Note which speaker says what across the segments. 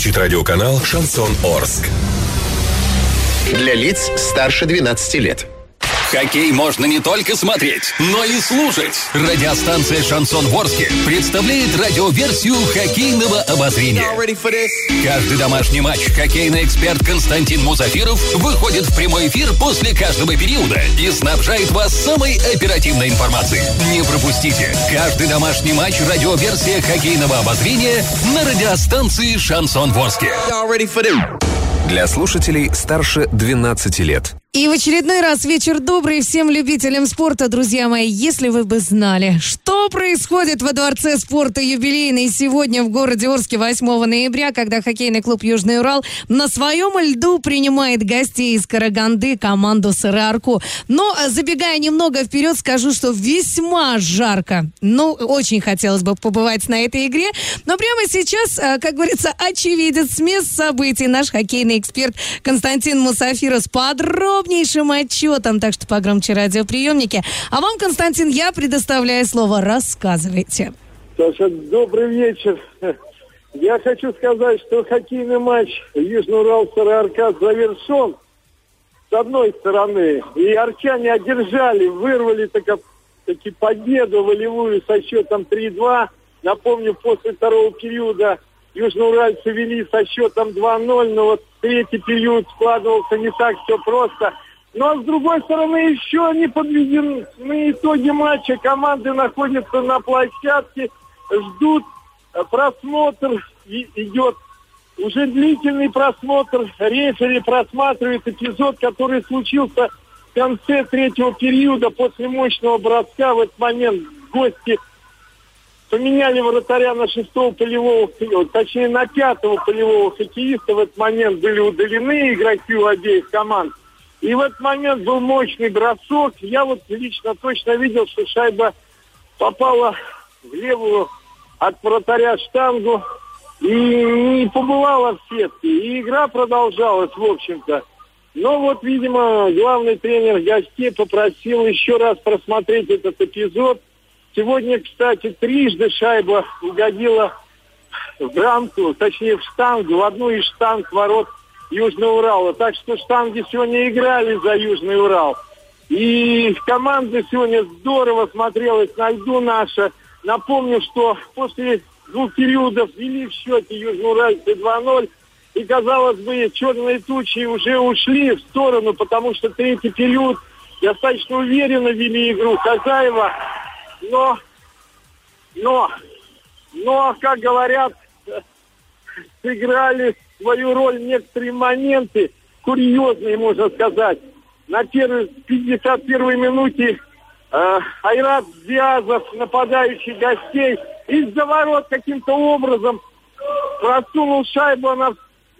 Speaker 1: Звучит радиоканал «Шансон Орск».
Speaker 2: Для лиц старше 12 лет.
Speaker 3: Хоккей можно не только смотреть, но и слушать. Радиостанция «Шансон Орске» представляет радиоверсию хоккейного обозрения. Каждый домашний матч хоккейный эксперт Константин Мусафиров выходит в прямой эфир после каждого периода и снабжает вас самой оперативной информацией. Не пропустите каждый домашний матч радиоверсия хоккейного обозрения на радиостанции «Шансон Орске».
Speaker 1: Для слушателей старше 12 лет.
Speaker 4: И в очередной раз вечер добрый всем любителям спорта, друзья мои. Если вы бы знали, что происходит во Дворце спорта «Юбилейный» сегодня в городе Орске 8 ноября, когда хоккейный клуб «Южный Урал» на своем льду принимает гостей из Караганды, команду «СРА-Арку». Но, забегая немного вперед, скажу, что весьма жарко. Очень хотелось бы побывать на этой игре. Но прямо сейчас, как говорится, очевидец с мест событий наш хоккейный эксперт Константин Мусафиров с подробнейшим отчетом, так что погромче радиоприемники. А вам, Константин, я предоставляю слово. Рассказывайте.
Speaker 5: Саша, добрый вечер. Я хочу сказать, что хоккейный матч Южный Урал СРА-Арка завершен с одной стороны. И арчане одержали, вырвали таки победу волевую со счетом 3-2. Напомню, после второго периода южноуральцы вели со счетом 2-0, но вот третий период складывался не так все просто. Но, с другой стороны, еще не подведены итоги матча. Команды находятся на площадке, ждут просмотр. Идет уже длительный просмотр. Рефери просматривает эпизод, который случился в конце третьего периода после мощного броска. В этот момент гости поменяли вратаря на 6-го полевого, точнее на 5-го полевого хоккеиста. В этот момент были удалены игроки у обеих команд. И в этот момент был мощный бросок. Я вот лично точно видел, что шайба попала в левую от вратаря штангу и не побывала в сетке. И игра продолжалась, в общем-то. Но вот, видимо, главный тренер гостей попросил еще раз просмотреть этот эпизод. Сегодня, кстати, трижды шайба угодила в рамку, точнее в штангу, в одну из штанг ворот Южного Урала. Так что штанги сегодня играли за Южный Урал. И команда сегодня здорово смотрелась на льду наша. Напомню, что после двух периодов вели в счете южноуральцы 2-0. И, казалось бы, черные тучи уже ушли в сторону, потому что третий период достаточно уверенно вели игру хозяева. Но, как говорят, сыграли свою роль некоторые моменты, курьезные, можно сказать. На 51-й минуте Айрат Зиазов, нападающий гостей, из-за ворот каким-то образом просунул шайбу, она,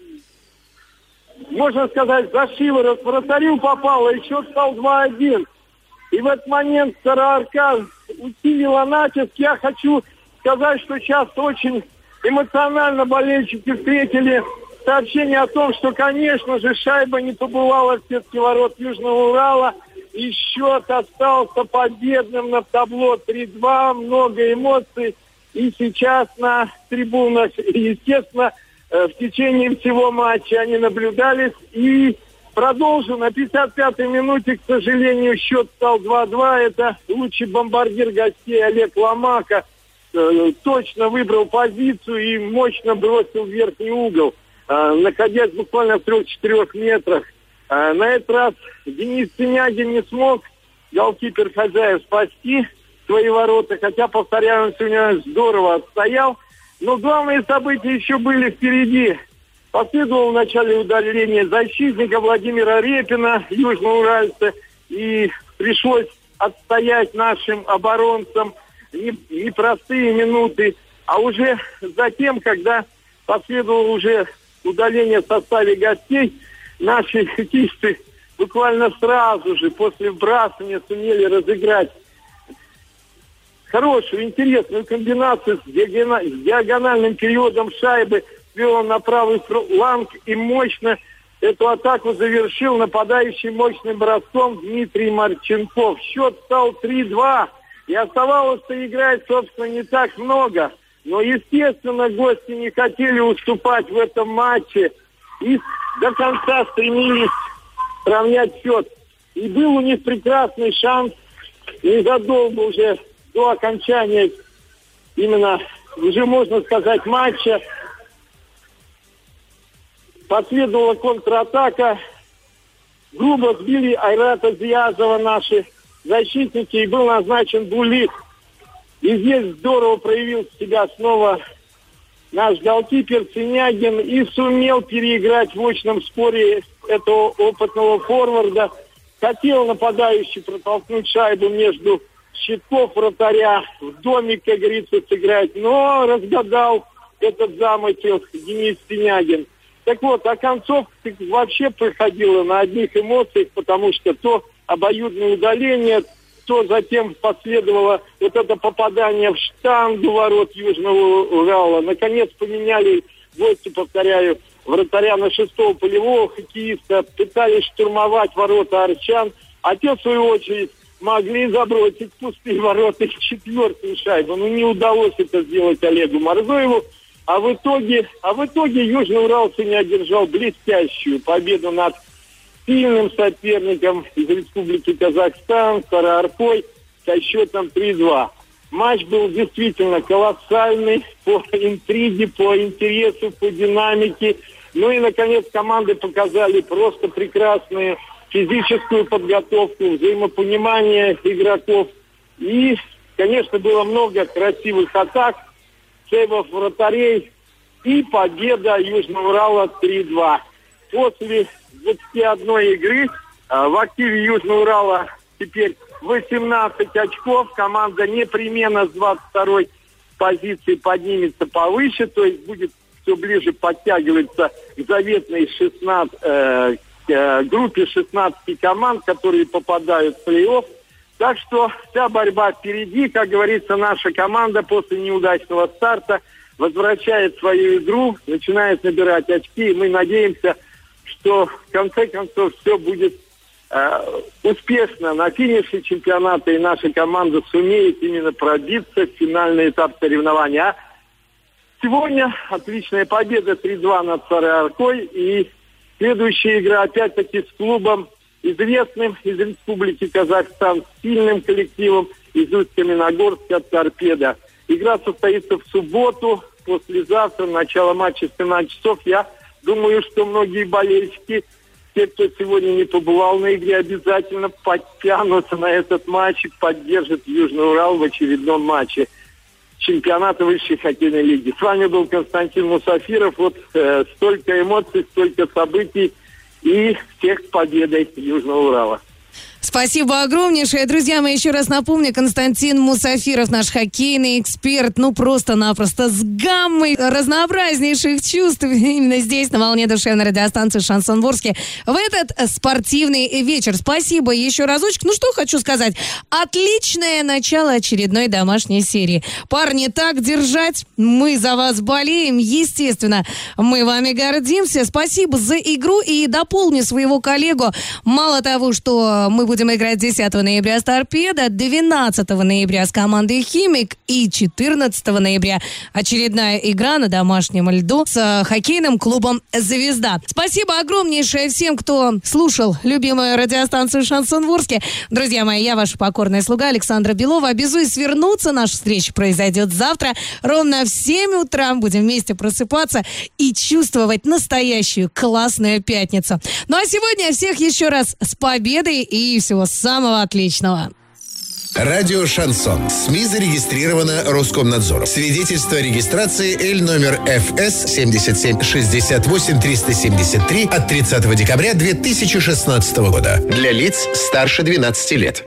Speaker 5: можно сказать, за шиворот вратарю попала, и счет стал 2-1. И в этот момент СРА-Арка усилила натиск. Я хочу сказать, что сейчас очень эмоционально болельщики встретили сообщение о том, что, конечно же, шайба не побывала в сетке ворот Южного Урала. И счет остался победным на табло 3-2. Много эмоций. И сейчас на трибунах, естественно, в течение всего матча они наблюдались. И продолжим. На 55-й минуте, к сожалению, счет стал 2-2. Это лучший бомбардир гостей Олег Ломака точно выбрал позицию и мощно бросил в верхний угол, находясь буквально в 3-4 метрах. На этот раз Денис Синягин не смог, голкипер хозяев, спасти свои ворота, хотя, повторяю, он сегодня здорово отстоял. Но главные события еще были впереди. Последовало в начале удаления защитника Владимира Репина, южноуральца, и пришлось отстоять нашим оборонцам непростые минуты. А уже затем, когда последовало уже удаление в составе гостей, наши хоккеисты буквально сразу же после вбрасывания сумели разыграть хорошую, интересную комбинацию с диагональным периодом шайбы, свел он на правый фланг и мощно эту атаку завершил нападающий мощным броском Дмитрий Марченков. Счет стал 3-2, и оставалось-то играть, собственно, не так много. Но, естественно, гости не хотели уступать в этом матче и до конца стремились сравнять счет. И был у них прекрасный шанс, незадолго уже до окончания, именно уже можно сказать, матча, последовала контратака. Грубо сбили Айрата Зиязова наши защитники, и был назначен Булит. И здесь здорово проявил себя снова наш голкипер Синягин и сумел переиграть в очном споре этого опытного форварда. Хотел нападающий протолкнуть шайбу между щитков вратаря, в домик, как говорится, сыграть, но разгадал этот замысел Денис Синягин. Так вот, а концовка вообще проходила на одних эмоциях, потому что то обоюдное удаление, то затем последовало вот это попадание в штангу ворот Южного Урала. Наконец поменяли гости, повторяю, вратаря на 6-го полевого хоккеиста, пытались штурмовать ворота арчан, а те, в свою очередь, могли забросить пустые ворота и 4-ю шайбу. Но не удалось это сделать Олегу Морзоеву. А в итоге Южноуральцы не одержал блестящую победу над сильным соперником из Республики Казахстан, Сары-Аркой, со счетом 3-2. Матч был действительно колоссальный по интриге, по интересу, по динамике. Ну и, наконец, команды показали просто прекрасную физическую подготовку, взаимопонимание игроков. И, конечно, было много красивых атак, сейвов вратарей и победа Южного Урала 3-2. После 21 игры в активе Южного Урала теперь 18 очков. Команда непременно с 22-й позиции поднимется повыше, то есть будет все ближе подтягиваться к заветной группе 16 команд, которые попадают в плей-офф. Так что вся борьба впереди. Как говорится, наша команда после неудачного старта возвращает свою игру, начинает набирать очки. И мы надеемся, что в конце концов все будет успешно на финише чемпионата, и наша команда сумеет именно пробиться в финальный этап соревнований. А сегодня отличная победа 3-2 над Сары-Аркой, и следующая игра опять-таки с клубом известным из Республики Казахстан, с сильным коллективом из Усть-Каменогорска «Торпедо». Игра состоится в субботу, послезавтра, начало матча в 17 часов. Я думаю, что многие болельщики, те, кто сегодня не побывал на игре, обязательно подтянутся на этот матч и поддержат Южный Урал в очередном матче чемпионата высшей хоккейной лиги. С вами был Константин Мусафиров. Вот столько эмоций, столько событий, и всех с победой Южного Урала.
Speaker 4: Спасибо огромнейшее. Друзья мои, еще раз напомню, Константин Мусафиров, наш хоккейный эксперт, просто с гаммой разнообразнейших чувств именно здесь, на волне душевной радиостанции «Шансон Орске» в этот спортивный вечер. Спасибо еще разочек. Что хочу сказать. Отличное начало очередной домашней серии. Парни, так держать. Мы за вас болеем. Естественно, мы вами гордимся. Спасибо за игру. И дополню своего коллегу. Мало того, что мы будем играть 10 ноября с «Торпедо», 12 ноября с командой «Химик» и 14 ноября очередная игра на домашнем льду с хоккейным клубом «Звезда». Спасибо огромнейшее всем, кто слушал любимую радиостанцию «Шансон Орске». Друзья мои, я ваша покорная слуга Александра Белова. Обязуюсь вернуться. Наша встреча произойдет завтра. Ровно в 7 утра будем вместе просыпаться и чувствовать настоящую классную пятницу. Ну а сегодня всех еще раз с победой и всего самого отличного.
Speaker 2: Радио «Шансон». СМИ зарегистрировано Роскомнадзором. Свидетельство о регистрации Л номер ФС 7768373 от 30 декабря 2016 года. Для лиц старше 12 лет.